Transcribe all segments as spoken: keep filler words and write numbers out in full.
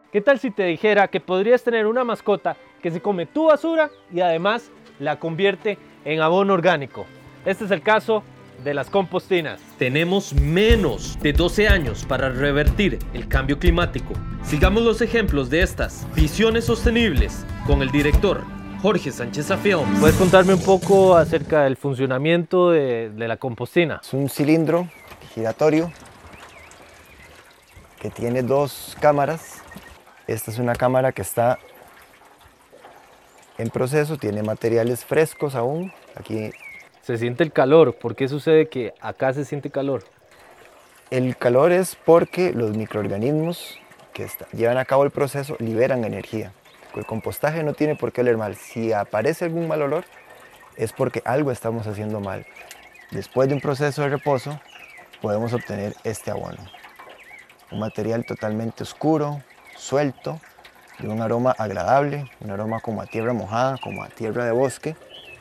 ¿Qué tal si te dijera que podrías tener una mascota que se come tu basura y además la convierte en abono orgánico? Este es el caso de las compostinas. Tenemos menos de doce años para revertir el cambio climático. Sigamos los ejemplos de estas visiones sostenibles con el director Jorge Sancheza Films. ¿Puedes contarme un poco acerca del funcionamiento de, de la compostina? Es un cilindro giratorio que tiene dos cámaras. Esta es una cámara que está en proceso, tiene materiales frescos aún. Aquí se siente el calor. ¿Por qué sucede que acá se siente calor? El calor es porque los microorganismos que está, llevan a cabo el proceso liberan energía. El compostaje no tiene por qué oler mal. Si aparece algún mal olor, es porque algo estamos haciendo mal. Después de un proceso de reposo, podemos obtener este abono. Un material totalmente oscuro, suelto, de un aroma agradable, un aroma como a tierra mojada, como a tierra de bosque,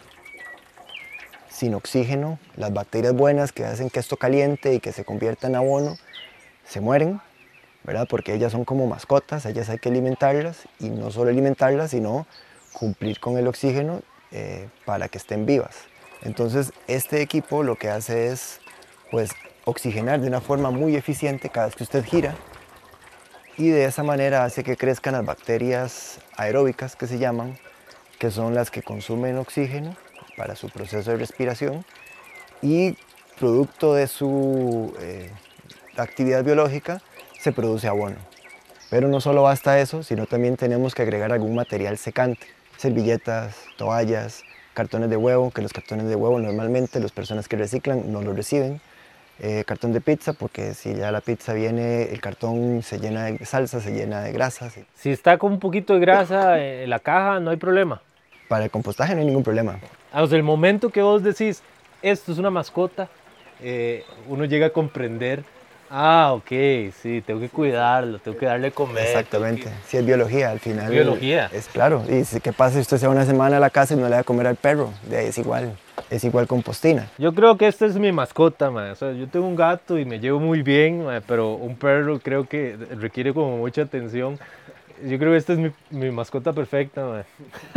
sin oxígeno. Las bacterias buenas que hacen que esto caliente y que se convierta en abono, se mueren, ¿verdad? Porque ellas son como mascotas, ellas hay que alimentarlas, y no solo alimentarlas, sino cumplir con el oxígeno eh, para que estén vivas. Entonces, este equipo lo que hace es, pues, oxigenar de una forma muy eficiente cada vez que usted gira, y de esa manera hace que crezcan las bacterias aeróbicas, que se llaman, que son las que consumen oxígeno para su proceso de respiración, y producto de su eh, actividad biológica se produce abono. Pero no solo basta eso, sino también tenemos que agregar algún material secante, servilletas, toallas, cartones de huevo, que los cartones de huevo normalmente las personas que reciclan no los reciben. Eh, cartón de pizza, porque si ya la pizza viene, el cartón se llena de salsa, se llena de grasa. ¿Sí? Si está con un poquito de grasa en la caja, no hay problema. Para el compostaje no hay ningún problema. O sea, el momento que vos decís, esto es una mascota, eh, uno llega a comprender, ah, ok, sí, tengo que cuidarlo, tengo que darle comer. Exactamente, que... sí, es biología al final. Biología. Es claro, y si, ¿qué pasa si usted se va una semana a la casa y no le da a comer al perro? De ahí es igual. Es igual compostina. Yo creo que esta es mi mascota, man. O sea, yo tengo un gato y me llevo muy bien, man, pero un perro creo que requiere como mucha atención. Yo creo que esta es mi, mi mascota perfecta, man.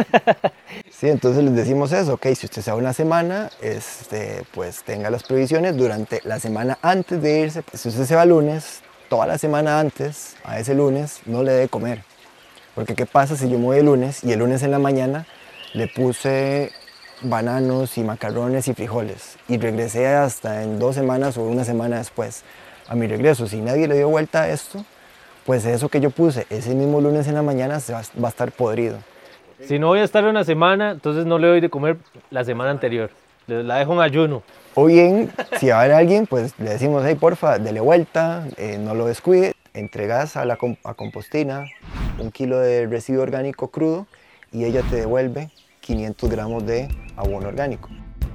Sí, entonces les decimos eso, ok, si usted se va una semana, este, pues tenga las previsiones durante la semana antes de irse. Si usted se va lunes, toda la semana antes, a ese lunes, no le debe comer. Porque ¿qué pasa si yo me voy el lunes y el lunes en la mañana le puse bananos y macarrones y frijoles y regresé hasta en dos semanas o una semana después a mi regreso? Si nadie le dio vuelta a esto, pues eso que yo puse ese mismo lunes en la mañana se va, va a estar podrido. Si no voy a estar una semana, entonces no le doy de comer la semana anterior, la dejo en ayuno. O bien, si va a haber alguien, pues le decimos, hey, porfa, dele vuelta, eh, no lo descuide, entregas a la a compostina un kilo de residuo orgánico crudo y ella te devuelve quinientos gramos de abono orgánico.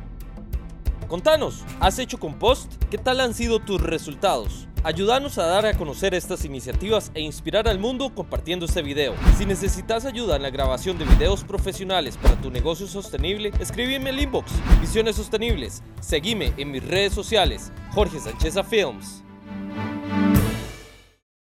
Contanos, ¿has hecho compost? ¿Qué tal han sido tus resultados? Ayúdanos a dar a conocer estas iniciativas e inspirar al mundo compartiendo este video. Si necesitas ayuda en la grabación de videos profesionales para tu negocio sostenible, escríbeme al inbox. Visiones Sostenibles. Seguime en mis redes sociales, Jorge Sancheza Films.